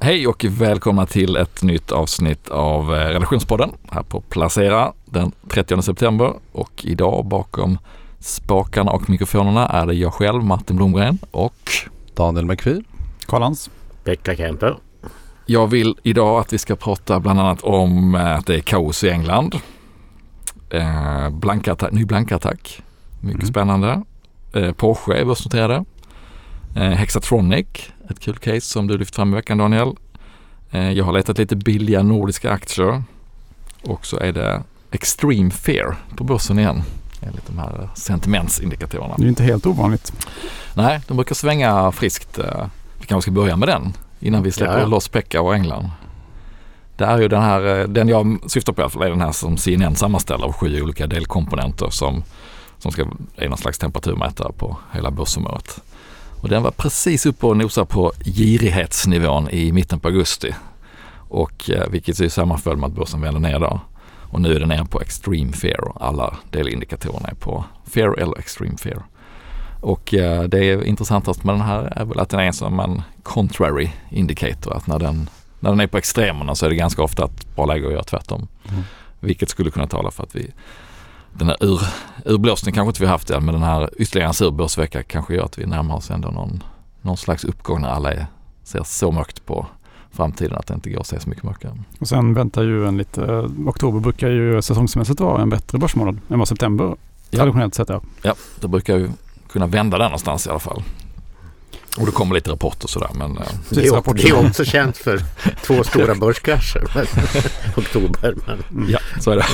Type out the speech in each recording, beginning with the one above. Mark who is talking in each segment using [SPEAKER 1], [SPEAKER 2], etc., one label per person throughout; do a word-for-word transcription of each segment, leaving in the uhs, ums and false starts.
[SPEAKER 1] Hej och välkomna till ett nytt avsnitt av Redaktionspodden här på Placera den trettionde september. Och idag bakom spakarna och mikrofonerna är det jag själv, Martin Blomgren, och
[SPEAKER 2] Daniel McPhee,
[SPEAKER 3] Karlans,
[SPEAKER 4] Pekka Kemper.
[SPEAKER 1] Jag vill idag att vi ska prata bland annat om att det är kaos i England. Eh, blankattack, ny blankattack. Mycket mm. spännande. Eh, Porsche är börsnoterade. Eh, Hexatronic, ett kul case som du lyft fram i veckan, Daniel. Eh, jag har letat lite billiga nordiska aktier. Och så är det Extreme Fear på börsen igen. Enligt de här sentimentsindikatorerna.
[SPEAKER 3] Det är inte helt ovanligt.
[SPEAKER 1] Nej, de brukar svänga friskt. Vi kanske ska börja med den innan vi släpper ja, ja. loss Pekka och England. Det är ju den här, den jag syftar på i alla fall, är den här som C N N sammanställer av sju olika delkomponenter som, som ska är någon slags temperaturmätare på hela börsområdet. Och den var precis uppe och nosade på girighetsnivån i mitten på augusti. Och vilket är sammanföll med att börsen vände ner då. Och nu är den nere på Extreme Fear och alla delindikatorerna är på Fear eller Extreme Fear. Och eh, det är intressantast med den här är väl att den är som en contrary indicator. Att när den, när den är på extremerna så är det ganska ofta att bra läge att göra tvärtom. Mm. Vilket skulle kunna tala för att vi den här ur, urblåsningen kanske inte vi haft än, men den här ytterligare en sur börsvecka kanske gör att vi närmar oss ändå någon, någon slags uppgång när alla är, ser så mörkt på framtiden att det inte går att se så mycket mörkare.
[SPEAKER 3] Och sen väntar ju en lite, eh, oktober brukar ju säsongsmässigt vara en bättre börsmånad än vad september traditionellt sett är.
[SPEAKER 1] Ja, det brukar ju kunna vända där någonstans i alla fall. Och det kommer lite rapporter sådär. Men, eh,
[SPEAKER 4] det, är också, det är också känt för två stora börskrascher i oktober. Men.
[SPEAKER 1] Ja, så är det.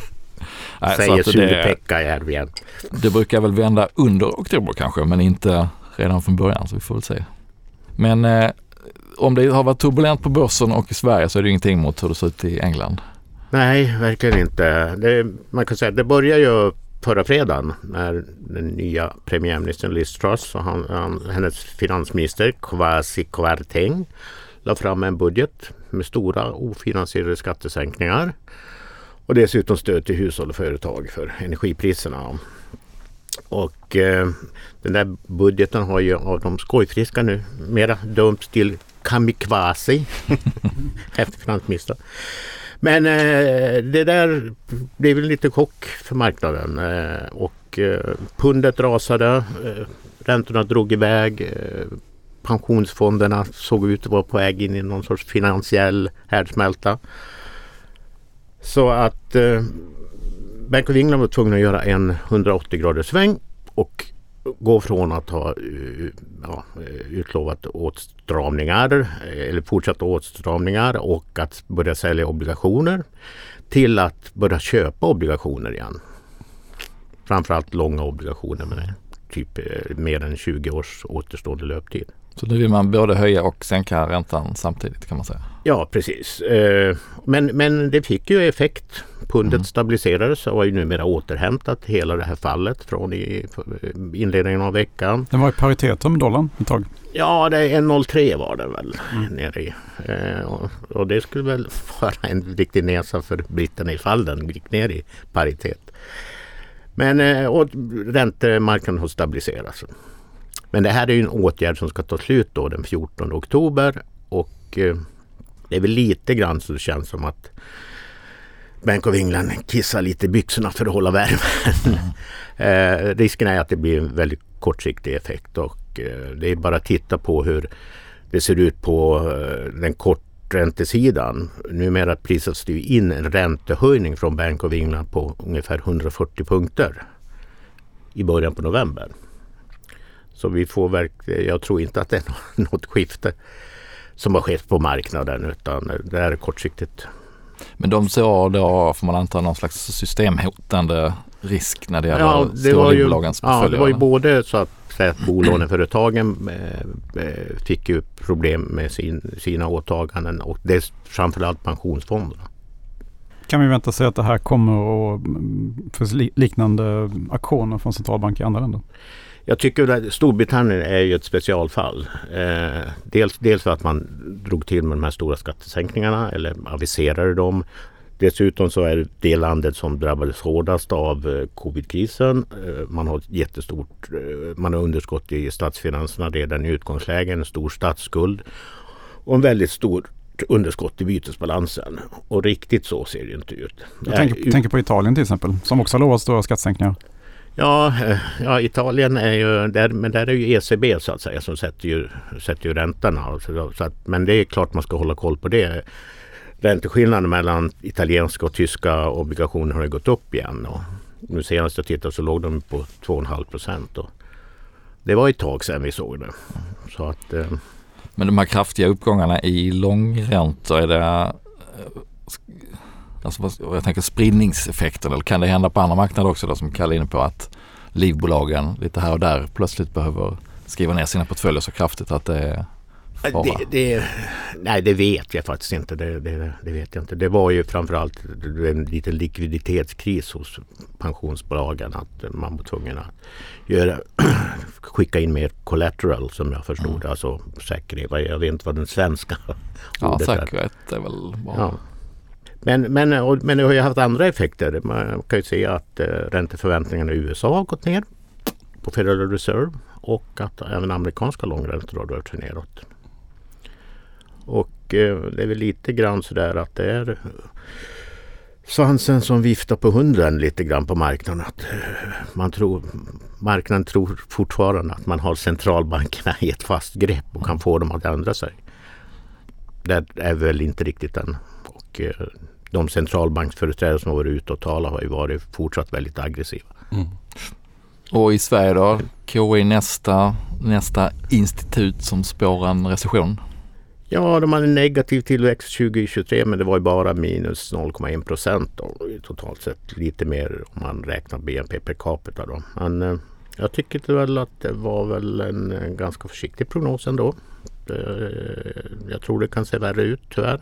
[SPEAKER 1] Nej,
[SPEAKER 4] säger
[SPEAKER 1] så
[SPEAKER 4] Sune Pekka här igen.
[SPEAKER 1] Det brukar väl vända under oktober kanske, men inte redan från början, så vi får väl se. Men eh, om det har varit turbulent på börsen och i Sverige så är det ingenting mot hur det ser ut i England.
[SPEAKER 4] Nej, verkligen inte. Det, man kan säga att det börjar ju förra fredagen när den nya premiärministern Liz Truss och han, han, hennes finansminister Kwasi Kwarteng la fram en budget med stora ofinansierade skattesänkningar och dessutom stöd till hushåll och företag för energipriserna. Och eh, den där budgeten har ju av de skojfriska nu mera dömts till kamikaze efter finansministern. Men eh, det där blev väl lite chock för marknaden eh, och eh, pundet rasade, eh, räntorna drog iväg, eh, pensionsfonderna såg ut att vara på väg in i någon sorts finansiell härdsmälta. Så att eh, Bank of England var tvungen att göra en hundraåttio graders sväng och gå från att ha ja, utlovat åtstramningar eller fortsatta åtstramningar och att börja sälja obligationer till att börja köpa obligationer igen. Framförallt långa obligationer med typ mer än tjugo års återstående löptid.
[SPEAKER 1] Så nu vill man både höja och sänka räntan samtidigt, kan man säga?
[SPEAKER 4] Ja, precis. Men, men det fick ju effekt. Pundet mm. stabiliserades och var ju numera återhämtat hela det här fallet från i inledningen av veckan.
[SPEAKER 3] Den var i paritet med dollarn ett tag.
[SPEAKER 4] Ja, det är en komma noll tre var det väl mm. nere i. Och, och det skulle väl vara en riktig nesa för britterna ifall den gick ner i paritet. Men och räntemarknaden har stabiliserats. Men det här är ju en åtgärd som ska ta slut då den fjortonde oktober och eh, det är väl lite grann så det känns som att Bank of England kissar lite i byxorna för att hålla värmen. Mm. eh, risken är att det blir en väldigt kortsiktig effekt och eh, det är bara att titta på hur det ser ut på eh, den korträntesidan. Numera prisas det ju in en räntehöjning från Bank of England på ungefär hundrafyrtio punkter i början på november. Så vi får verkligen, jag tror inte att det är något skifte som har skett på marknaden utan det är kortsiktigt.
[SPEAKER 1] Men de ser då, får man anta, någon slags systemhotande risk när det gäller
[SPEAKER 4] ja, det var ju,
[SPEAKER 1] bolagens
[SPEAKER 4] ja, det var ju både så att, så att bolåneföretagen eh, fick ju problem med sin, sina åtaganden och det är framförallt pensionsfonderna.
[SPEAKER 3] Kan vi vänta sig att det här kommer att för liknande aktioner från centralbanker i andra länder?
[SPEAKER 4] Jag tycker att Storbritannien är ju ett specialfall. Eh, dels, dels för att man drog till med de här stora skattesänkningarna eller aviserade dem. Dessutom så är det det landet som drabbades hårdast av eh, covidkrisen. Eh, man har jättestort, eh, man har underskott i statsfinanserna redan i utgångslägen, en stor statsskuld. och en väldigt stor underskott i bytesbalansen. Och riktigt så ser det inte ut.
[SPEAKER 3] Jag tänker, äh, tänker på Italien till exempel, som också har lovat stora skattesänkningar.
[SPEAKER 4] Ja, ja, Italien är ju, där, men där är ju E C B så att säga som sätter ju, sätter ju räntorna. Så, så att, men det är klart man ska hålla koll på det. Ränteskillnaden mellan italienska och tyska obligationer har gått upp igen. Och nu senast jag tittade så låg de på två komma fem procent. Det var ett tag sedan vi såg det. Så att, eh,
[SPEAKER 1] men de här kraftiga uppgångarna i långräntor, är det alltså, jag tänker spridningseffekten, eller kan det hända på andra marknader också då, som Kalle är inne på, att livbolagen lite här och där plötsligt behöver skriva ner sina portföljer så kraftigt att det är fara?
[SPEAKER 4] Det, det, nej, det vet jag faktiskt inte. Det, det, det vet jag inte. Det var ju framförallt en liten likviditetskris hos pensionsbolagen, att man var tvungen att göra, skicka in mer collateral, som jag förstod. Mm. Alltså säkerhet. Jag vet inte vad den svenska
[SPEAKER 1] ja, säkerhet är. är väl bra. Ja.
[SPEAKER 4] Men, men, och, men det har ju haft andra effekter. Man kan ju se att eh, ränteförväntningarna i U S A har gått ner på Federal Reserve, och att även amerikanska långräntor har rört sig neråt. Och eh, det är väl lite grann sådär att det är svansen som viftar på hunden lite grann på marknaden. Att man tror, marknaden tror fortfarande att man har centralbankerna i ett fast grepp och kan få dem att ändra sig. Det är väl inte riktigt än. Och eh, de centralbanksföreträdare som har varit ute och talat har ju varit fortsatt väldigt aggressiva. Mm.
[SPEAKER 1] Och i Sverige då, K I nästa, nästa institut som spår en recession?
[SPEAKER 4] Ja, de hade en negativ tillväxt tjugo tjugotre, men det var ju bara minus noll komma en procent då, totalt sett. Lite mer om man räknar B N P per capita då. Men eh, jag tycker väl att det var väl en, en ganska försiktig prognos ändå. Eh, jag tror det kan se värre ut tyvärr.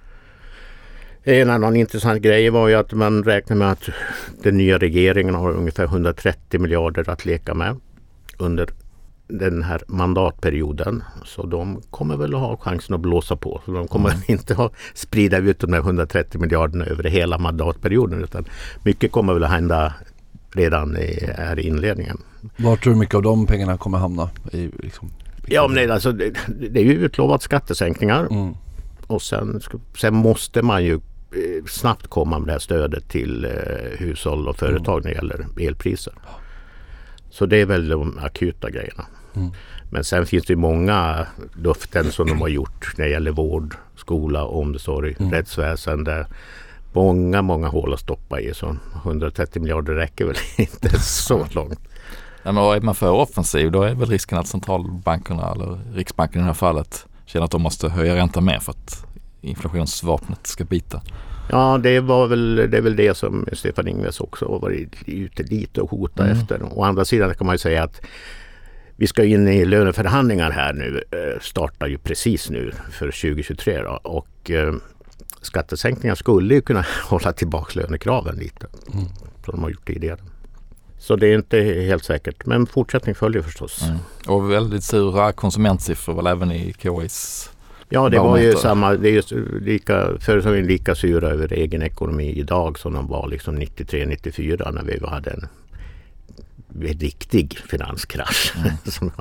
[SPEAKER 4] En annan intressant grej var ju att man räknar med att den nya regeringen har ungefär hundratrettio miljarder att leka med under den här mandatperioden. Så de kommer väl att ha chansen att blåsa på. Så de kommer mm. inte att sprida ut de här hundratrettio miljarderna över hela mandatperioden, utan mycket kommer väl att hända redan i, här i inledningen.
[SPEAKER 2] Var tror du mycket av de pengarna kommer hamna i? Liksom,
[SPEAKER 4] ja, men det, alltså, det, det är ju utlovat skattesänkningar. Mm. Och sen, sen måste man ju snabbt komma med det här stödet till eh, hushåll och företag mm. när det gäller elpriser. Så det är väl de akuta grejerna. Mm. Men sen finns det ju många löften som de har gjort när det gäller vård, skola, omsorg, mm. rättsväsende. Många, många hål att stoppa i. Så hundratrettio miljarder räcker väl inte så långt.
[SPEAKER 1] Ja, men är man för offensiv, då är väl risken att centralbankerna eller Riksbanken i det här fallet känner att de måste höja räntan mer för att inflationsvapnet ska bita.
[SPEAKER 4] Ja, det var väl det är väl det som Stefan Ingves också har varit ute lite och hota mm. efter. Å andra sidan kan man ju säga att vi ska in i löneförhandlingar här nu, startar ju precis nu för tjugo tjugotre då, och eh, skattesänkningar skulle ju kunna hålla tillbaka lönekraven lite mm. som de har gjort tidigare. Så det är inte helt säkert, men fortsättning följer förstås. Mm.
[SPEAKER 1] Och väldigt sura konsumentsiffror väl även i K I:s.
[SPEAKER 4] Ja, det var ju samma, det är ju lika, företagen är lika sura över egen ekonomi idag som de var liksom nittiotre nittiofyra när vi hade en, en riktig finanskrasch. Mm.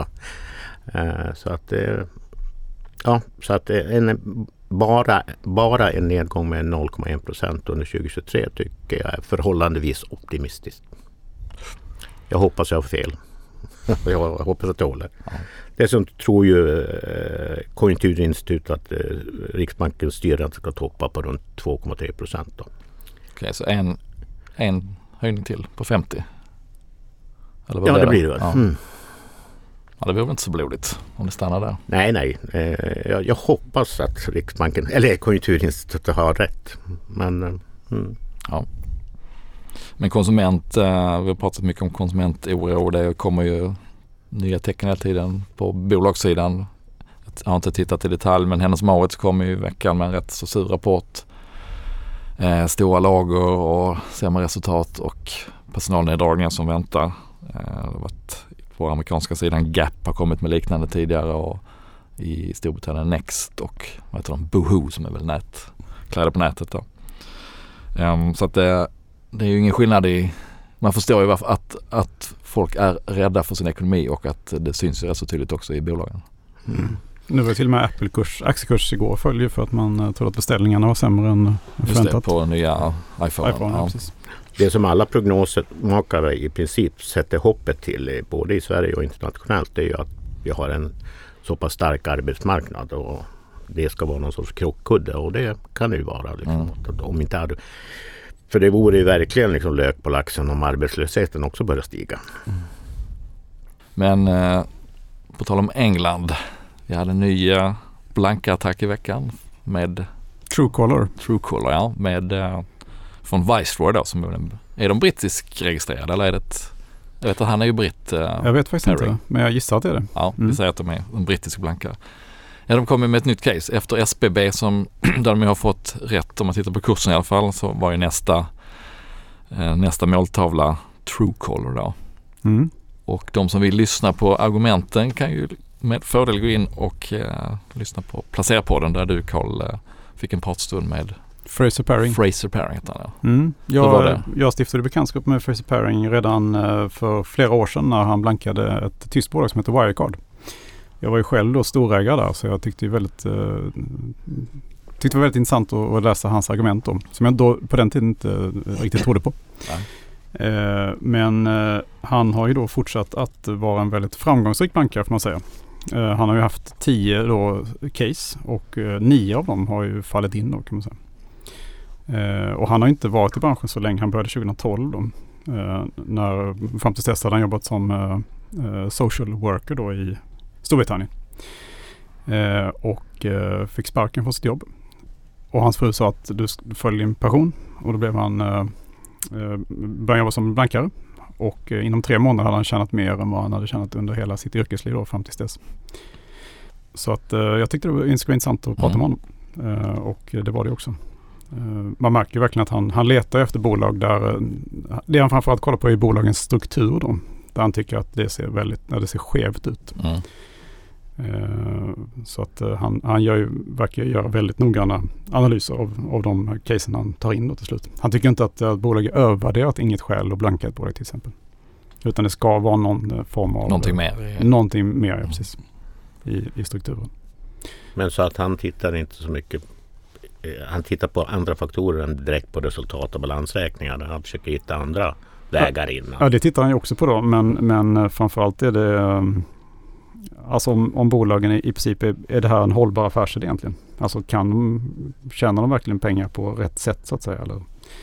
[SPEAKER 4] så att ja, så att en, bara, bara en nedgång med noll komma en procent under tjugo tjugotre tycker jag är förhållandevis optimistiskt. Jag hoppas jag har fel. jag hoppas att det håller. Ja. Dessutom tror ju eh, Konjunkturinstitutet att eh, Riksbankens styrränta ska toppa på runt två komma tre procent. Okej,
[SPEAKER 1] okay, så en, en höjning till på femtio?
[SPEAKER 4] Eller vad ja, det, det blir det.
[SPEAKER 1] Ja. Mm. Ja, det vore inte så blodigt om det stannar där.
[SPEAKER 4] Nej, nej. Eh, jag, jag hoppas att Riksbanken, eller Konjunkturinstitutet har rätt. Men, eh, mm.
[SPEAKER 1] ja. Men konsument, eh, vi har pratat mycket om konsumentoro och det kommer ju nya tecken hela tiden på bolagssidan. Jag har inte tittat i detalj, men Hennes & Mauritz kommer ju i veckan med en rätt så sur rapport. Eh, stora lager och sämre resultat och personalneddragningar som väntar. Eh, det varit på amerikanska sidan Gap har kommit med liknande tidigare och i Storbritannien Next och vad heter de? Boohoo som är väl nät, kläder på nätet då. Um, så att det, det är ju ingen skillnad i, man förstår ju varför att, att folk är rädda för sin ekonomi och att det syns ju rätt så tydligt också i bolagen.
[SPEAKER 4] Mm.
[SPEAKER 3] Nu var till och med Apple-kurs, aktiekurs igår följer för att man uh, tror att beställningarna var sämre än förväntat.
[SPEAKER 1] Just det, på nya iPhone.
[SPEAKER 3] iPhone ja.
[SPEAKER 1] Ja.
[SPEAKER 4] Det som alla prognosmakare i princip sätter hoppet till både i Sverige och internationellt det är ju att vi har en så pass stark arbetsmarknad och det ska vara någon sorts krockkudde och det kan det ju vara. Liksom. Mm. Om inte hade, för det vore ju verkligen liksom lök på laxen om arbetslösheten också börjar stiga.
[SPEAKER 1] Mm. Men eh, på tal om England, vi hade en ny eh, blanka attack i veckan med
[SPEAKER 3] Truecaller.
[SPEAKER 1] Truecaller, ja, med eh, från Viceroy då, som är, är de brittisk registrerade eller är det ett, jag vet att han är ju britt. Eh,
[SPEAKER 3] jag vet faktiskt
[SPEAKER 1] Perry.
[SPEAKER 3] inte, men jag gissar att det är det.
[SPEAKER 1] Ja, vi
[SPEAKER 3] mm.
[SPEAKER 1] säger att de är en brittisk blanka. Ja, de kommer med ett nytt case. Efter S B B som där de har fått rätt, om man tittar på kursen i alla fall, så var ju nästa eh, nästa måltavla Truecaller då.
[SPEAKER 3] Mm.
[SPEAKER 1] Och de som vill lyssna på argumenten kan ju med fördel gå in och eh, lyssna på Placera på den där du Carl eh, fick en pratstund med
[SPEAKER 3] Fraser Paring.
[SPEAKER 1] Fraser Paring heter han, ja.
[SPEAKER 3] Mm.
[SPEAKER 1] Hur var
[SPEAKER 3] Jag,
[SPEAKER 1] det?
[SPEAKER 3] jag stiftade bekantskap med Fraser Paring redan uh, för flera år sedan när han blankade ett tyst bolag som heter Wirecard. Jag var ju själv då storägare där så jag tyckte ju väldigt uh, tyckte det var väldigt intressant att, att läsa hans argument om som jag då på den tiden inte uh, riktigt trodde på. Uh, men uh, han har ju då fortsatt att vara en väldigt framgångsrik blankare får man säga. Uh, han har ju haft tio då case och uh, nio av dem har ju fallit in då kan man säga. Uh, och han har inte varit i branschen så länge. Han började tjugohundratolv då. Uh, när, fram till dess hade han jobbat som uh, uh, social worker då i Storbritannien. Uh, och uh, fick sparken från sitt jobb. Och hans fru sa att du följ din passion. Och då blev han uh, uh, började jobba som blankare. Och uh, inom tre månader hade han tjänat mer än vad han hade tjänat under hela sitt yrkesliv då, fram till dess. Så att uh, jag tyckte det var intressant att prata mm. med honom. Uh, och det var det också. Man märker verkligen att han, han letar efter bolag där det han framförallt kollar på är bolagens struktur då, där han tycker att det ser väldigt, när det ser skevt ut. Mm. Uh, så att uh, han, han gör ju, verkar göra väldigt noggranna analyser av, av de casen han tar in då till slut. Han tycker inte att uh, bolag är övervärderat, inget skäl att blanka ett bolag till exempel. Utan det ska vara någon uh, form av
[SPEAKER 1] någonting mer.
[SPEAKER 3] Uh, någonting mer, ja, precis, i, i strukturen.
[SPEAKER 4] Men så att han tittar inte så mycket, han tittar på andra faktorer än direkt på resultat och balansräkningar. Han försöker hitta andra vägar in.
[SPEAKER 3] Ja, det tittar han ju också på då. Men, men framförallt är det alltså om, om bolagen i, i princip är, är det här en hållbar affärsidé egentligen. Alltså kan de, tjänar de verkligen pengar på rätt sätt så att säga? Eller,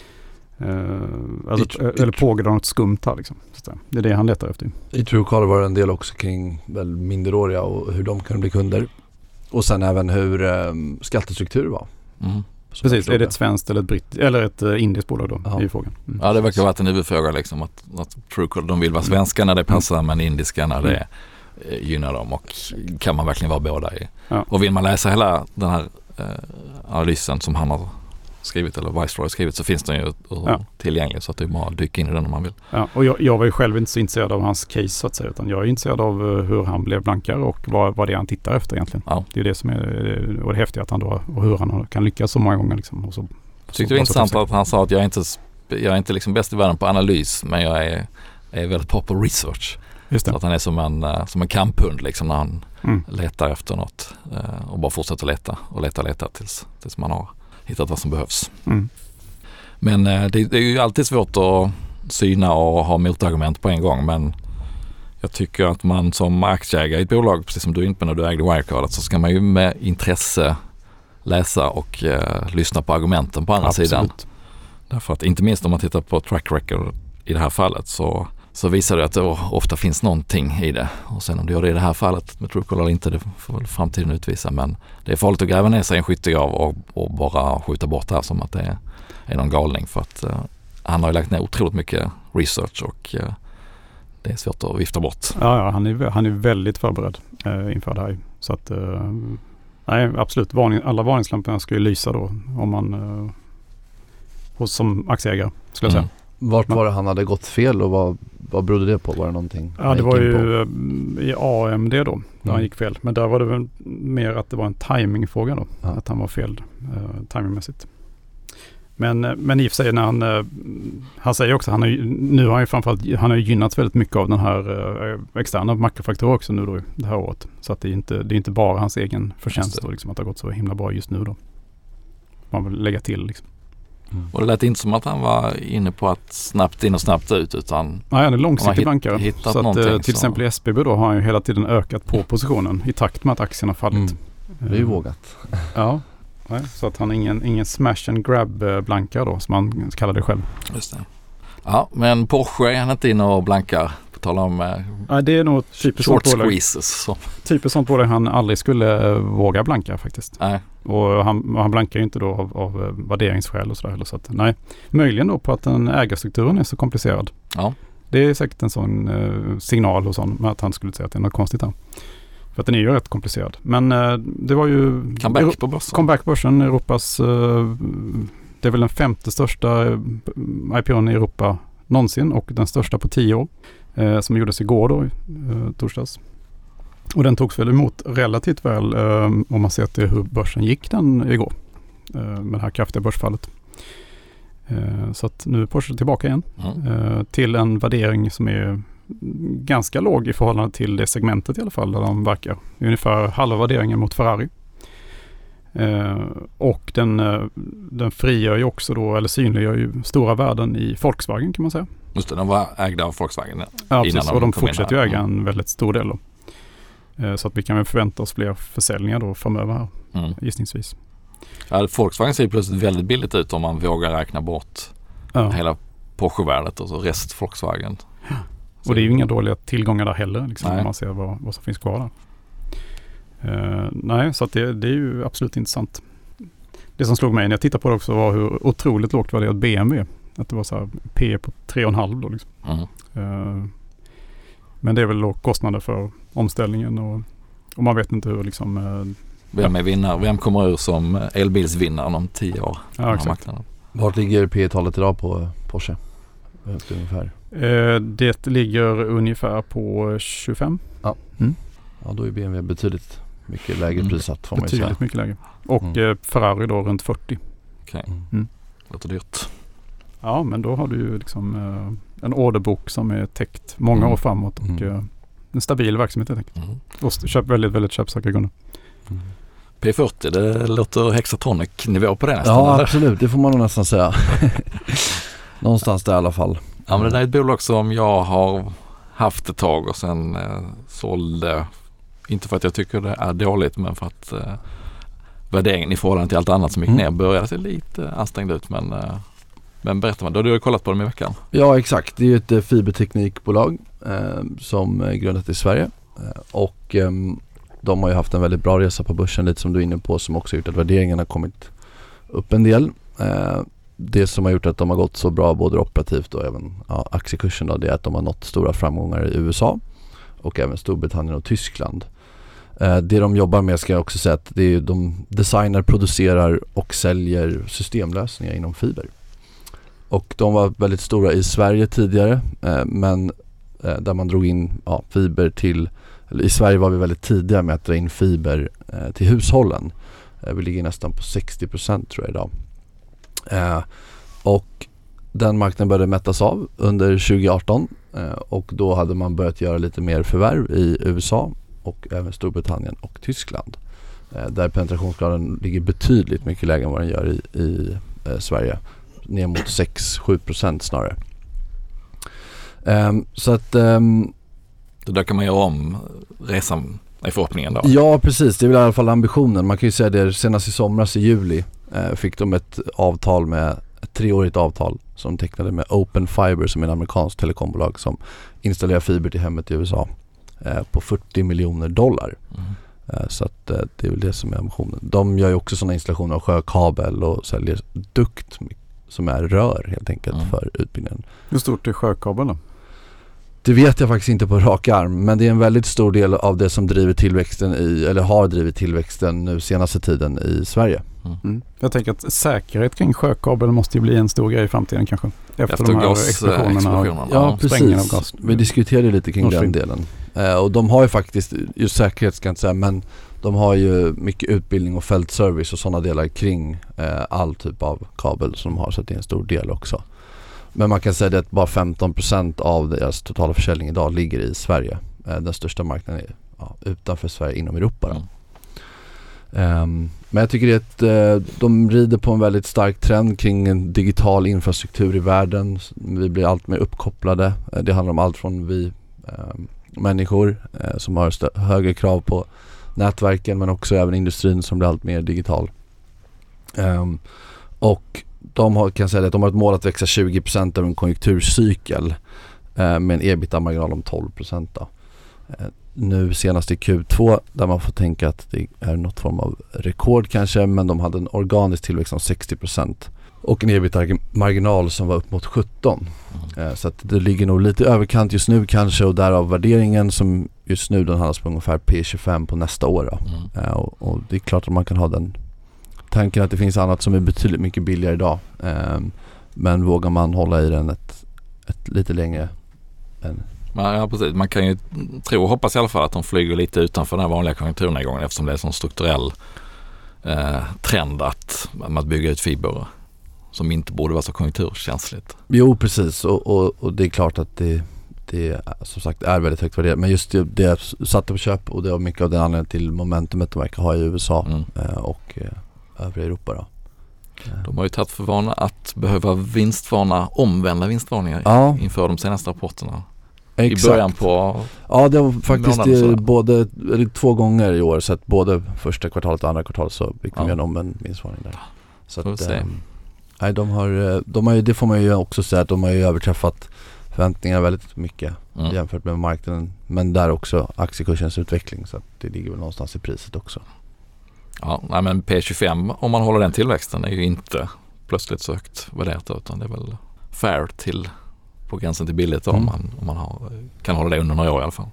[SPEAKER 3] eh, alltså, I, eller pågår det något skumt här liksom? Så det är det han letar efter.
[SPEAKER 2] I Truecaller var det en del också kring väl minderåriga och hur de kan bli kunder. Och sen även hur eh, skattestruktur var. Mm.
[SPEAKER 3] Precis, är det ett svenskt eller ett britt eller ett uh, indiskt bolag då? Ja. I frågan. Mm.
[SPEAKER 1] Ja, det verkar vara en huvudfråga liksom att, att Truecaller, de vill vara svenska när det passar men indiska när det mm. gynnar dem och kan man verkligen vara båda i. Ja. Och vill man läsa hela den här eh, analysen som han har skrivit eller Viceroy har skrivit så finns den ju ja. tillgänglig så att det är bara att dyka in i den om man vill.
[SPEAKER 3] Ja, och jag, jag var ju själv inte så intresserad av hans case så att säga utan jag är intresserad av uh, hur han blev blankare och vad, vad det är han tittar efter egentligen. Ja. Det är det som är och det häftiga att han då och hur han kan lyckas så många gånger liksom. Och så,
[SPEAKER 1] jag tyckte det var intressant att han sa att jag är inte, jag är inte liksom bäst i världen på analys men jag är, är väldigt bra på research. Just det. Så att han är som en, uh, som en kamphund liksom när han mm. letar efter något uh, och bara fortsätter leta och leta och leta tills, tills man har hittat vad som behövs. Mm. Men uh, det, det är ju alltid svårt att syna och ha motargument på en gång men jag tycker att man som aktieägare i ett bolag, precis som du inte när du ägde Wirecard, så ska man ju med intresse läsa och uh, lyssna på argumenten på andra Absolut. sidan. Därför att inte minst om man tittar på track record i det här fallet så så visar det att det ofta finns någonting i det. Och sen om det gör det i det här fallet med Truecaller eller inte, det får väl framtiden utvisa. Men det är farligt att gräva ner sig i en skyttegrav och, och bara skjuta bort det här som att det är, är någon galning. För att uh, han har ju lagt ner otroligt mycket research och uh, det är svårt att vifta bort.
[SPEAKER 3] Ja, ja han, är, han är väldigt förberedd uh, inför det här. Så att, uh, nej absolut, varning, alla varningslamporna ska ju lysa då om man uh, hos, som aktieägare skulle jag säga.
[SPEAKER 2] Mm. Vart var det han hade gått fel och vad, vad berodde det på? Var det någonting?
[SPEAKER 3] Ja, det var ju på? i A M D då, där mm. han gick fel. Men där var det väl mer att det var en timingfråga då. Ja. Att han var fel uh, timingmässigt. Men, men i och för sig när han, han säger också, han har ju, nu har han ju framförallt, han har ju gynnats väldigt mycket av den här externa makrofaktorer också nu då det här året. Så att det är inte, det är inte bara hans egen förtjänst då, liksom, att det har gått så himla bra just nu då. Man vill lägga till liksom.
[SPEAKER 1] Mm. Och det lät inte som att han var inne på att snabbt in och snabbt ut utan...
[SPEAKER 3] Nej, han är långsiktig bankare. Så att, till
[SPEAKER 1] så.
[SPEAKER 3] exempel i S B B då har han ju hela tiden ökat på positionen i takt med att aktien har fallit.
[SPEAKER 2] Mm. Det är ju vågat.
[SPEAKER 3] Ja, nej, så att han är ingen, ingen smash and grab blankare då som han kallar det själv.
[SPEAKER 1] Just det. Ja, men Porsche är han inte inne och blankar. På tal om eh,
[SPEAKER 3] ja, det är nog typiskt
[SPEAKER 1] short
[SPEAKER 3] sånt
[SPEAKER 1] squeezes. Så.
[SPEAKER 3] Typiskt sånt bolag han aldrig skulle våga blanka faktiskt.
[SPEAKER 1] Nej.
[SPEAKER 3] Och han, han blankar ju inte då av, av värderingsskäl och sådär heller. Så att, nej, möjligen då på att den ägarstrukturen är så komplicerad.
[SPEAKER 1] Ja.
[SPEAKER 3] Det är säkert en sån eh, signal och sån med att han skulle säga att det är något konstigt här. För att den är ju rätt komplicerad. Men eh, det var ju...
[SPEAKER 1] Comeback
[SPEAKER 3] Euro-
[SPEAKER 1] på börsen.
[SPEAKER 3] Comeback på börsen, Europas... Eh, det är väl den femte största eh, I P O:n i Europa någonsin och den största på tio år. Eh, som gjordes igår då, eh, torsdags. Och den togs väl emot relativt väl eh, om man ser till hur börsen gick den igår. Eh, med det här kraftiga börsfallet. Eh, så att nu är Porsche tillbaka igen.
[SPEAKER 1] Mm.
[SPEAKER 3] Eh, till en värdering som är ganska låg i förhållande till det segmentet i alla fall där de verkar. Ungefär halva värderingen mot Ferrari. Eh, och den, eh, den frigör ju också då, eller synliggör ju stora värden i Volkswagen kan man säga.
[SPEAKER 1] Just det, de var ägda av Volkswagen.
[SPEAKER 3] Ja, precis.
[SPEAKER 1] De
[SPEAKER 3] och de
[SPEAKER 1] kom
[SPEAKER 3] fortsätter ju äga
[SPEAKER 1] mm.
[SPEAKER 3] en väldigt stor del då. Eh, så att vi kan väl förvänta oss fler försäljningar då framöver här,
[SPEAKER 1] mm.
[SPEAKER 3] gissningsvis.
[SPEAKER 1] Ja, Volkswagen ser plötsligt väldigt billigt ut om man vågar räkna bort ja. hela Porsche-värdet och så rest Volkswagen.
[SPEAKER 3] Ja. Och det är ju inga dåliga tillgångar där heller liksom, när man ser vad, vad som finns kvar där. Uh, nej, så att det, det är ju absolut intressant. Det som slog mig när jag tittade på det också var hur otroligt lågt var det att B M W. Att det var så här P på tre komma fem då liksom. Mm. Uh, men det är väl då kostnader för omställningen och, och man vet inte hur liksom... Uh,
[SPEAKER 1] vem är vinnare? Vem kommer ur som elbilsvinnaren om tio år?
[SPEAKER 3] Ja, exakt.
[SPEAKER 2] Vart ligger P E-talet idag på Porsche? Ungefär.
[SPEAKER 3] Uh, det ligger ungefär på tjugofem.
[SPEAKER 2] Ja. Mm. Ja, då är B M W betydligt mycket lägre mm. prissatt får man ju säga.
[SPEAKER 3] Betydligt mycket lägre. Och mm. eh, Ferrari då runt fyrtio.
[SPEAKER 1] Okej, okay. mm. låter dyrt.
[SPEAKER 3] Ja, men då har du ju liksom eh, en orderbok som är täckt många mm. år framåt och mm. eh, en stabil verksamhet helt enkelt. Mm. Och köp väldigt, väldigt köpsäkra kunder.
[SPEAKER 1] Mm. P fyrtio, det låter Hexatronic-nivå på det nästan.
[SPEAKER 2] Ja,
[SPEAKER 1] eller?
[SPEAKER 2] Absolut. Det får man nog nästan säga. Någonstans där i alla fall.
[SPEAKER 1] Ja, men det där är ett bolag som jag har haft ett tag och sen eh, sålde. Inte för att jag tycker det är dåligt men för att eh, värderingen i förhållande till allt annat som gick mm. ner började se lite ansträngd ut. Men, eh, men berätta man, då har du kollat på dem i veckan.
[SPEAKER 2] Ja, exakt. Det är ju ett eh, fiberteknikbolag eh, som är grundat i Sverige. Eh, och eh, de har ju haft en väldigt bra resa på börsen, lite som du är inne på, som också gjort att värderingen har kommit upp en del. Eh, det som har gjort att de har gått så bra både operativt och även ja, aktiekursen då, det är att de har nått stora framgångar i U S A och även Storbritannien och Tyskland. Eh, det de jobbar med ska jag också säga att det är de designar, producerar och säljer systemlösningar inom fiber. Och de var väldigt stora i Sverige tidigare eh, men eh, där man drog in ja, fiber till, eller i Sverige var vi väldigt tidiga med att dra in fiber eh, till hushållen. Eh, vi ligger nästan på sextio procent tror jag idag. Eh, och den marknaden började mättas av under tjugo arton eh, och då hade man börjat göra lite mer förvärv i U S A och även Storbritannien och Tyskland. Eh, där penetrationsgraden ligger betydligt mycket lägre än vad den gör i, i eh, Sverige. Ner mot sex till sju procent snarare. Eh, så att... Ehm,
[SPEAKER 1] det där kan man göra om resan i förhoppningen då?
[SPEAKER 2] Ja, precis. Det är väl i alla fall ambitionen. Man kan ju säga det senast i somras i juli eh, fick de ett avtal med ett treårigt avtal som tecknade med Open Fiber som är en amerikansk telekombolag som installerar fiber till hemmet i U S A eh, på fyrtio miljoner dollar. Mm. Eh, så att eh, det är väl det som är ambitionen. De gör ju också sådana installationer av sjökabel och säljer dukt som är rör helt enkelt mm. för utbyggnaden.
[SPEAKER 3] Hur stort är sjökabeln då?
[SPEAKER 2] Det vet jag faktiskt inte på rak arm, men det är en väldigt stor del av det som driver tillväxten i, eller har drivit tillväxten nu senaste tiden i Sverige.
[SPEAKER 1] Mm.
[SPEAKER 3] Mm. Jag tänker att säkerhet kring sjökabel måste ju bli en stor grej i framtiden kanske. Efter,
[SPEAKER 1] Efter
[SPEAKER 3] de här
[SPEAKER 1] gas,
[SPEAKER 3] explosionerna.
[SPEAKER 1] explosionerna.
[SPEAKER 3] Och,
[SPEAKER 2] Ja,
[SPEAKER 3] sprängningen av
[SPEAKER 2] precis.
[SPEAKER 3] gas.
[SPEAKER 2] Vi diskuterade lite kring
[SPEAKER 3] Nord
[SPEAKER 2] den
[SPEAKER 3] Stream.
[SPEAKER 2] delen. Eh, och de har ju faktiskt, just säkerhet ska jag inte säga, men de har ju mycket utbildning och fältservice och sådana delar kring eh, all typ av kabel som de har, så att det är en stor del också. Men man kan säga att bara femton procent av deras totala försäljning idag ligger i Sverige. Eh, den största marknaden är ja, utanför Sverige, inom Europa. Då.
[SPEAKER 1] Mm.
[SPEAKER 2] Um, men jag tycker att uh, de rider på en väldigt stark trend kring en digital infrastruktur i världen. Vi blir allt mer uppkopplade. Uh, det handlar om allt från vi uh, människor uh, som har stö- högre krav på nätverken, men också även industrin som blir allt mer digital. Um, och de har, kan säga att de har ett mål att växa tjugo procent över en konjunkturcykel uh, med en ebitda-marginal om tolv procent. Då. Uh, nu senast i Q två där man får tänka att det är något form av rekord kanske, men de hade en organisk tillväxt om sextio procent och en ebitda-marginal som var upp mot sjutton. Mm. Så att det ligger nog lite överkant just nu kanske, och därav värderingen som just nu den handlas på ungefär P tjugofem på nästa år. Då. Mm. Och, och det är klart att man kan ha den tanken att det finns annat som är betydligt mycket billigare idag. Men vågar man hålla i den ett, ett lite längre än
[SPEAKER 1] Ja, precis. Man kan ju tro och hoppas i alla fall att de flyger lite utanför den här vanliga konjunkturnedgången, eftersom det är en sån strukturell eh, trend att, att bygga ut fiber som inte borde vara så konjunkturkänsligt.
[SPEAKER 2] Jo, precis. Och, och, och det är klart att det, det som sagt är väldigt högt värderat. Men just det, det satte på köp, och det var mycket av den anledningen till momentumet de verkar ha i U S A mm. eh, och eh, övriga Europa då.
[SPEAKER 1] De har ju tagit för vana att behöva vinstvarna, omvända vinstvarningar
[SPEAKER 2] ja.
[SPEAKER 1] inför de senaste rapporterna.
[SPEAKER 2] Exakt.
[SPEAKER 1] I början på
[SPEAKER 2] Ja, det var faktiskt det, både, eller två gånger i år, så att både första kvartalet och andra kvartalet så fick de ja. igenom en vinstvarning där. Så att, eh, nej, de har, de har ju, det får man ju också säga att de har ju överträffat förväntningarna väldigt mycket mm. jämfört med marknaden, men där också aktiekursens utveckling, så att det ligger väl någonstans i priset också.
[SPEAKER 1] Ja, nej, men P tjugofem, om man håller den tillväxten, är ju inte plötsligt så högt värderat, utan det är väl fair till på gränsen till billigt mm. om man, om man har, kan hålla det under några år i alla fall.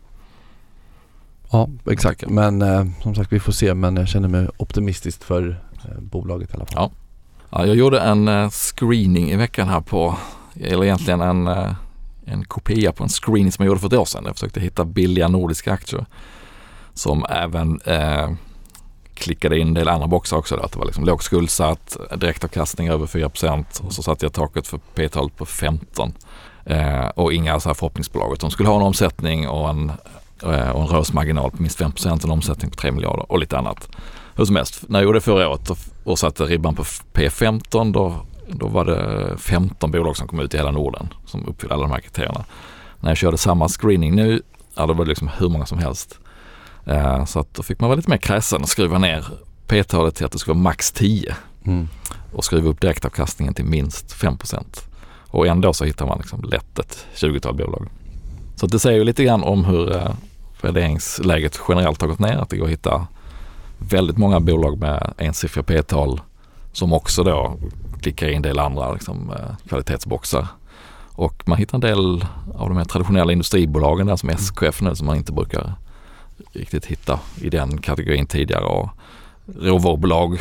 [SPEAKER 2] Ja, exakt. Men eh, som sagt, vi får se, men jag känner mig optimistisk för eh, bolaget i alla fall.
[SPEAKER 1] Ja. Ja, jag gjorde en eh, screening i veckan här på, eller egentligen en, eh, en kopia på en screening som jag gjorde för ett år sedan. Jag försökte hitta billiga nordiska aktier som även eh, klickade in en del andra boxar också. Då. Att det var liksom lågt skuldsatt, direktavkastning över fyra procent, och så satte jag taket för P-talet på femton. Eh, och inga så här förhoppningsbolag. De skulle ha en omsättning och en, eh, och en rörelsemarginal på minst fem procent, en omsättning på tre miljarder och lite annat. Hur som helst, när jag gjorde det förra året och, och satte ribban på P femton, då, då var det femton bolag som kom ut i hela Norden som uppfyllde alla de här kriterierna. När jag körde samma screening nu, ja, då var det liksom hur många som helst. Eh, så att då fick man vara lite mer kräsen och skruva ner P-talet till att det skulle vara max tio mm. och skruva upp direktavkastningen till minst fem procent. Och ändå så hittar man liksom lätt ett tjugotal bolag. Så det säger ju lite grann om hur eh, värderingsläget generellt har gått ner. Att det går att hitta väldigt många bolag med ensiffriga P-tal som också då klickar in en del andra liksom, eh, kvalitetsboxar. Och man hittar en del av de här traditionella industribolagen där som S K F nu, som man inte brukar riktigt hitta i den kategorin tidigare. Och råvarubolag,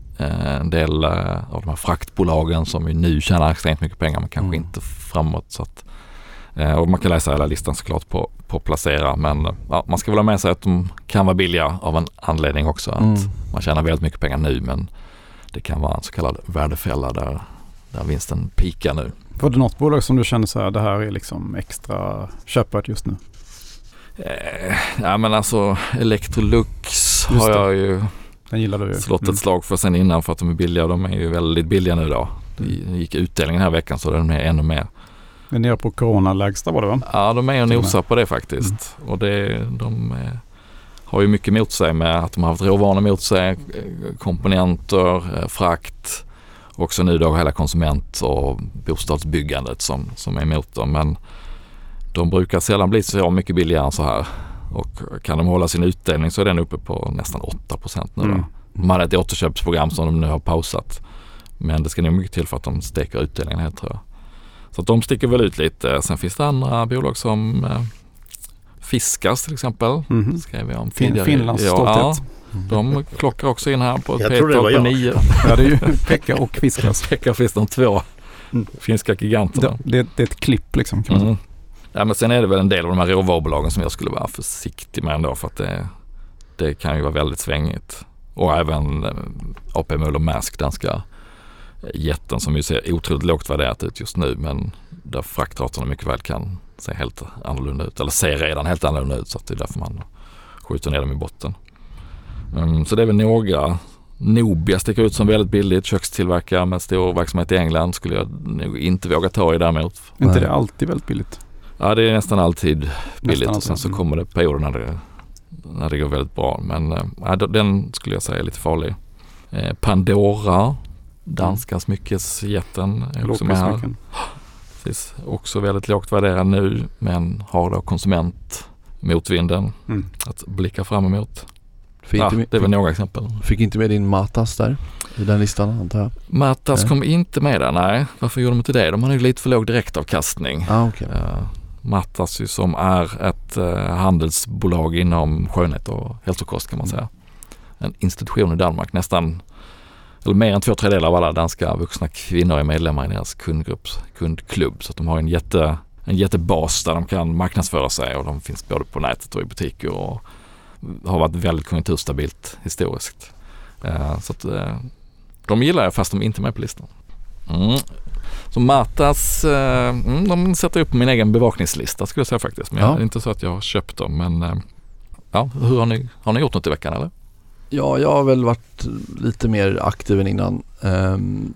[SPEAKER 1] en del av de här fraktbolagen som ju nu tjänar extremt mycket pengar men kanske mm. inte framåt. Så att, och man kan läsa hela listan såklart på, på placera, men ja, man ska väl ha med sig att de kan vara billiga av en anledning också. Att mm. man tjänar väldigt mycket pengar nu, men det kan vara en så kallad värdefälla där, där vinsten pikar nu.
[SPEAKER 3] Var det något bolag som du känner så här, det här är liksom extra köpvärt just nu?
[SPEAKER 1] Eh, ja men alltså Electrolux har jag ju
[SPEAKER 3] Den gillar du.
[SPEAKER 1] slått
[SPEAKER 3] mm.
[SPEAKER 1] ett slag för sen innan för att de är billiga. De är ju väldigt billiga nu då. Det gick utdelningen den här veckan så den är ännu mer.
[SPEAKER 3] Det är nere på coronalägsta var det va?
[SPEAKER 1] Ja, de är och nosar på det faktiskt. Mm. Och det, de är, har ju mycket mot sig med att de har haft råvaror mot sig, komponenter, frakt. Också nu då hela konsument- och bostadsbyggandet som, som är emot dem. Men de brukar sällan bli så mycket billigare än så här. Och kan de hålla sin utdelning så är den uppe på nästan åtta procent nu då. Mm. De hade ett återköpsprogram som de nu har pausat. Men det ska nog mycket till för att de steker utdelningen helt, tror jag. Så att de sticker väl ut lite. Sen finns det andra bolag som eh, Fiskas till exempel.
[SPEAKER 3] Mm-hmm.
[SPEAKER 1] Skrev jag om
[SPEAKER 3] fin-
[SPEAKER 1] tidigare.
[SPEAKER 3] Finlands
[SPEAKER 1] ja,
[SPEAKER 3] stolthet.
[SPEAKER 1] De klockar också in här på ett
[SPEAKER 4] Jag tror det var
[SPEAKER 1] P-tal på
[SPEAKER 4] jag.
[SPEAKER 1] nio.
[SPEAKER 3] Ja, det är ju Pekka och Kviskas.
[SPEAKER 1] Pekka finns de två
[SPEAKER 3] Mm.
[SPEAKER 1] finska giganterna.
[SPEAKER 3] Det, det, det är ett klipp liksom kan man säga.
[SPEAKER 1] Mm. Ja, men sen är det väl en del av de här råvarubolagen som jag skulle vara försiktig med ändå, för att det, det kan ju vara väldigt svängigt. Och även eh, A P Møller Maersk, danska jätten som ju ser otroligt lågt värderat ut just nu, men där fraktraterna mycket väl kan se helt annorlunda ut, eller ser redan helt annorlunda ut, så att det är därför man skjuter ner dem i botten. Mm, så det är väl några. Nobia sticker ut som väldigt billigt, kökstillverkare med stor verksamhet i England skulle jag nog inte våga ta i däremot.
[SPEAKER 3] Är inte
[SPEAKER 2] Nej.
[SPEAKER 3] det alltid väldigt billigt?
[SPEAKER 1] Ja, det är nästan alltid billigt,
[SPEAKER 3] Nästan
[SPEAKER 1] och sen så
[SPEAKER 3] alltid.
[SPEAKER 1] kommer det perioder när det, när det går väldigt bra. Men äh, den skulle jag säga är lite farlig. Eh, Pandora, danska smyckesjätten, är också med här.
[SPEAKER 3] Lågprismycken.
[SPEAKER 1] Precis, också väldigt lågt värderad nu, men har då konsumentmotvinden
[SPEAKER 3] Mm.
[SPEAKER 1] att blicka fram emot.
[SPEAKER 2] Fick,
[SPEAKER 1] Ja,
[SPEAKER 2] inte med,
[SPEAKER 1] det är väl några exempel.
[SPEAKER 2] fick inte med din Matas där i den listan, antar jag?
[SPEAKER 1] Matas
[SPEAKER 2] Nej.
[SPEAKER 1] kom inte med där, nej. Varför gjorde de inte det? De har ju lite för låg direktavkastning.
[SPEAKER 2] Ah, okej.
[SPEAKER 1] Uh, Matas ju som är ett uh, handelsbolag inom skönhet och hälsokost kan man säga. En institution i Danmark, nästan, eller mer än två tredjedelar av alla danska vuxna kvinnor är medlemmar i deras kundgrupp, kundklubb. Så att de har en, jätte, en jättebas där de kan marknadsföra sig, och de finns både på nätet och i butiker och har varit väldigt konjunkturstabilt historiskt. Uh, så att uh, de gillar jag fast de inte är med på listan. Mm. Så Matas, uh, mm, de sätter upp min egen bevakningslista skulle jag säga faktiskt. Men
[SPEAKER 2] Ja.
[SPEAKER 1] jag, det är inte så att jag har köpt dem. Men uh, ja, hur har ni, har ni gjort något i veckan eller?
[SPEAKER 2] Ja, jag har väl varit lite mer aktiv än innan. Um,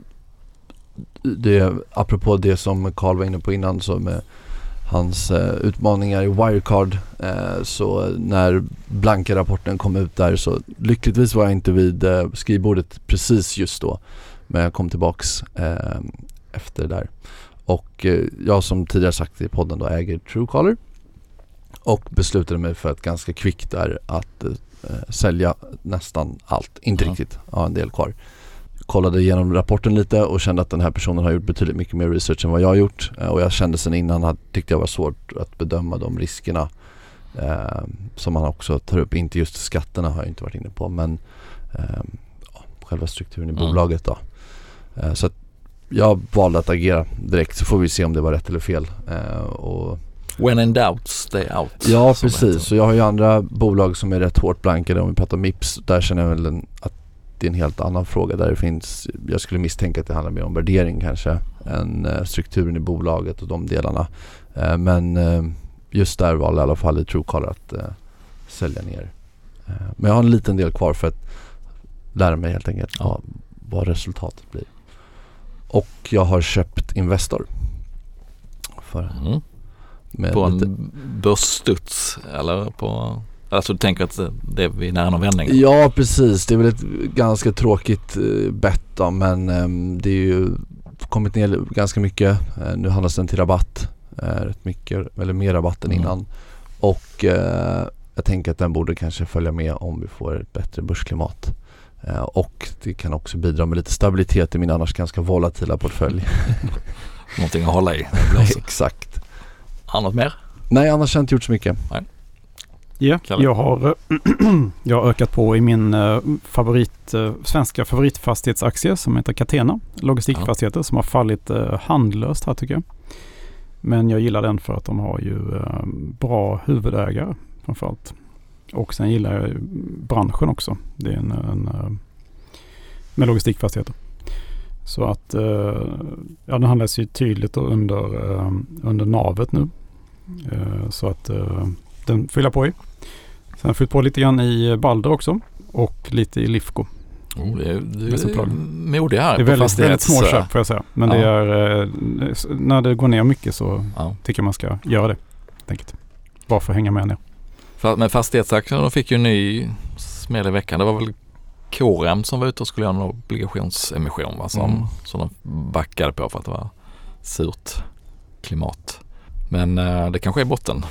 [SPEAKER 2] det, apropå det som Carl var inne på innan, så med hans uh, utmaningar i Wirecard, uh, så när blanka rapporten kom ut där, så lyckligtvis var jag inte vid uh, skrivbordet precis just då, men jag kom tillbaks uh, efter det där. Och uh, jag som tidigare sagt i podden då äger Truecaller, och beslutade mig för att ganska kvickt där att uh, sälja nästan allt, inte
[SPEAKER 1] Ja.
[SPEAKER 2] riktigt, ja, en del kvar. Kollade igenom rapporten lite och kände att den här personen har gjort betydligt mycket mer research än vad jag har gjort, och jag kände sen innan att tyckte jag var svårt att bedöma de riskerna eh, som man också tar upp. Inte just skatterna har jag inte varit inne på, men eh, ja, själva strukturen i
[SPEAKER 1] Mm.
[SPEAKER 2] bolaget då. Eh, så att jag valde att agera direkt, så får vi se om det var rätt eller fel. Eh, och
[SPEAKER 1] When in doubt, stay out.
[SPEAKER 2] Ja,
[SPEAKER 1] som det
[SPEAKER 2] precis.
[SPEAKER 1] heter.
[SPEAKER 2] Så jag har ju andra bolag som är rätt hårt blankade. Om vi pratar Mips, där känner jag väl en, att det är en helt annan fråga. Där det finns, jag skulle misstänka att det handlar mer om värdering kanske än uh, strukturen i bolaget och de delarna. Uh, men uh, just där valde jag i alla fall i Truecaller att uh, sälja ner. Uh, men jag har en liten del kvar för att lära mig helt enkelt
[SPEAKER 1] Ja.
[SPEAKER 2] vad, vad resultatet blir. Och jag har köpt Investor. För,
[SPEAKER 1] Mm.
[SPEAKER 2] med
[SPEAKER 1] På
[SPEAKER 2] lite,
[SPEAKER 1] en börsstuds eller på... Alltså du tänker att det är vid nära någon vändning?
[SPEAKER 2] Ja, precis. Det är väl ett ganska tråkigt uh, bett då, men um, det är ju kommit ner ganska mycket. Uh, nu handlas den till rabatt. Uh, rätt mycket, eller mer rabatt än
[SPEAKER 1] Mm.
[SPEAKER 2] innan. Och uh, jag tänker att den borde kanske följa med om vi får ett bättre börsklimat. Uh, och det kan också bidra med lite stabilitet i min annars ganska volatila portfölj.
[SPEAKER 1] Någonting att hålla i.
[SPEAKER 2] Exakt.
[SPEAKER 1] Har något mer?
[SPEAKER 2] Nej, annars har jag inte gjort så mycket.
[SPEAKER 3] Ja,
[SPEAKER 1] Kalle?
[SPEAKER 3] jag har, jag har ökat på i min uh, favorit, uh, svenska favoritfastighetsaktie som heter Catena. Logistikfastigheter som har fallit uh, handlöst här tycker jag. Men jag gillar den för att de har ju uh, bra huvudägare framförallt. Och sen gillar jag branschen också. Det är en, en uh, med logistikfastigheter. Så att uh, ja, den handlas ju tydligt under, uh, under navet nu. Uh, så att uh, den fyller på i. Sen har jag fyllt på lite grann i Balder också. Och lite i Lifco.
[SPEAKER 1] Oh, det är, det
[SPEAKER 3] Bästa
[SPEAKER 1] är
[SPEAKER 3] plagen.
[SPEAKER 1] modig här.
[SPEAKER 3] Det är
[SPEAKER 1] på
[SPEAKER 3] väldigt, väldigt
[SPEAKER 1] fastighets-
[SPEAKER 3] små köp får jag säga. Men
[SPEAKER 1] Ja.
[SPEAKER 3] det är, eh, när det går ner mycket så
[SPEAKER 1] Ja.
[SPEAKER 3] tycker jag man ska göra det. Tänkt. Bara för att hänga med ner.
[SPEAKER 1] Fa- Men fastighetsaktierna, de fick ju en ny smäll i veckan. Det var väl Corem som var ute och skulle göra en obligationsemission, va? Som,
[SPEAKER 2] Mm.
[SPEAKER 1] som de backade på för att det var surt klimat. Men eh, det kanske är botten.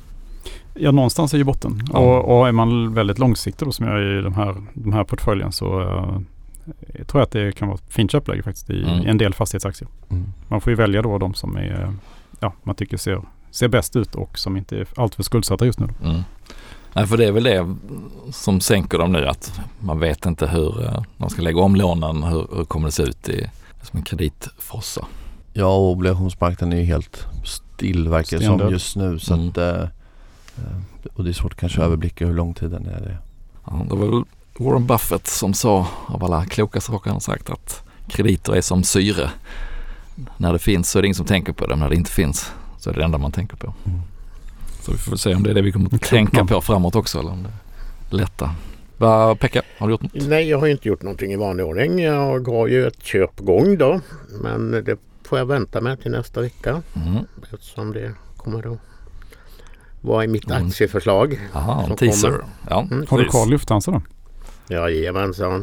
[SPEAKER 3] Ja, någonstans är ju botten.
[SPEAKER 1] Ja.
[SPEAKER 3] Och, och är man väldigt långsiktig då, som jag är i de här, de här portföljen, så uh, jag tror jag att det kan vara ett fint köpläge faktiskt i,
[SPEAKER 1] Mm.
[SPEAKER 3] i en del fastighetsaktier.
[SPEAKER 2] Mm.
[SPEAKER 3] Man får ju välja då de som är, ja, man tycker ser, ser bäst ut och som inte är alltför skuldsatta just nu.
[SPEAKER 1] Mm. Nej, för det är väl det som sänker dem nu, att man vet inte hur de ska lägga om lånen, hur, hur kommer det se ut i som en kreditfrossa.
[SPEAKER 2] Ja, och obligationsmarknaden är ju helt still verkar det som just nu, så mm. att, eh, och det är svårt kanske att överblicka hur lång tiden är det.
[SPEAKER 1] Ja, det var väl Warren Buffett som sa, av alla kloka saker han har sagt, att krediter är som syre. När det finns så är det ingen som tänker på det, när det inte finns så är det det enda man tänker på. Mm. Så vi får se om det är det vi kommer att tänka på framåt också, eller om det är lätta. Va, Pekka, har du gjort något?
[SPEAKER 4] Nej, jag har inte gjort någonting i vanlig ordning. Jag har ju ett köp på gång då, men det får jag vänta med till nästa vecka. Mm. Eftersom det kommer att vara i mitt mm. aktieförslag.
[SPEAKER 1] Aha, en teaser. Ja,
[SPEAKER 3] mm. Har du kvar Lufthansa då?
[SPEAKER 4] Jajamensan.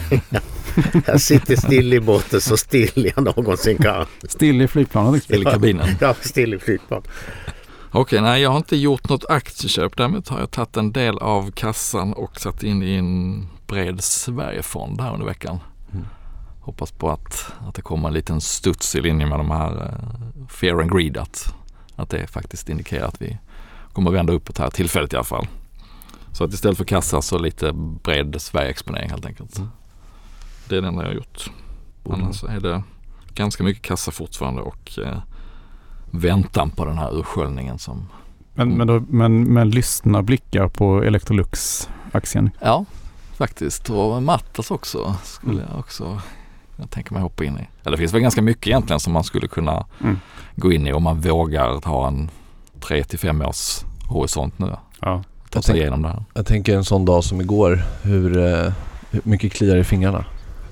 [SPEAKER 4] Jag sitter still i båten så still jag någonsin kan.
[SPEAKER 3] Still i flygplanet?
[SPEAKER 1] Still i kabinen?
[SPEAKER 4] Ja, still i flygplanet.
[SPEAKER 1] Okej, nej, jag har inte gjort något aktieköp. Däremot har jag tagit en del av kassan och satt in i en bred Sverigefond här under veckan. Mm. Hoppas på att, att det kommer en liten studs i linje med de här uh, fear and greed. Att, att det faktiskt indikerar att vi kommer vända uppåt här tillfället i alla fall. Så att istället för kassa så lite bred Sverige-exponering helt enkelt. Mm. Det är det enda jag har gjort. Mm. Annars är det ganska mycket kassa fortfarande och uh, väntan på den här ursköljningen som...
[SPEAKER 3] Men, men, då, men, men lyssna blickar på Electrolux-aktien?
[SPEAKER 1] Ja, faktiskt. Och Mattas också skulle jag också jag tänker mig hoppa in i. Eller det finns väl ganska mycket egentligen som man skulle kunna mm. gå in i om man vågar ta en tre till fem års horisont nu.
[SPEAKER 3] Ja.
[SPEAKER 1] Ta sig igenom det här.
[SPEAKER 2] Jag tänker en sån dag som igår, hur, hur mycket kliar i fingrarna?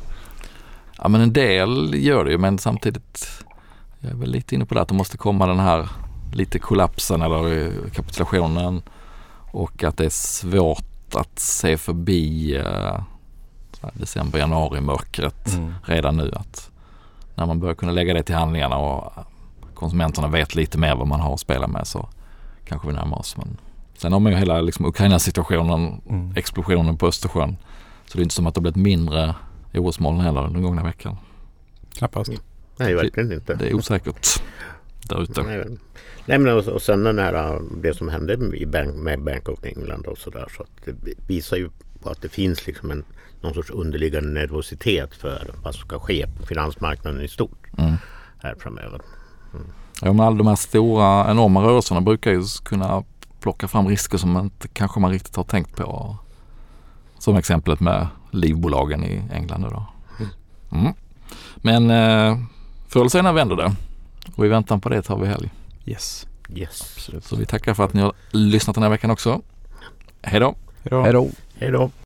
[SPEAKER 1] Ja, men en del gör det ju, men samtidigt... Jag är väl lite inne på det att det måste komma den här lite kollapsen eller kapitulationen och att det är svårt att se förbi eh, december, januari mörkret mm. redan nu. Att när man börjar kunna lägga det till handlingarna och konsumenterna vet lite mer vad man har att spela med så kanske vi närmar oss. Men sen har man ju hela liksom, Ukraina-situationen, mm. explosionen på Östersjön. Så det är inte som att det har blivit mindre orosmoln heller den gångna veckan.
[SPEAKER 3] Knappast.
[SPEAKER 4] Mm. Nej, verkligen inte.
[SPEAKER 1] Det är osäkert där ute.
[SPEAKER 4] Nej, nej, men och, och sen den här, det som hände i bank, med Bank of England och sådär, så att det visar ju på att det finns liksom en, någon sorts underliggande nervositet för vad som ska ske på finansmarknaden i stort mm. här framöver. Mm.
[SPEAKER 1] Ja, men alla de här stora, enorma rörelserna brukar ju kunna plocka fram risker som man inte, kanske man riktigt har tänkt på. Som exemplet med livbolagen i England nu då. Mm. Men eh, förr eller senare vänder det. Och i väntan på det tar vi helg.
[SPEAKER 3] Yes.
[SPEAKER 4] Yes.
[SPEAKER 1] Så vi tackar för att ni har lyssnat den här veckan också. Hej då.
[SPEAKER 2] Hej då.
[SPEAKER 4] Hej då.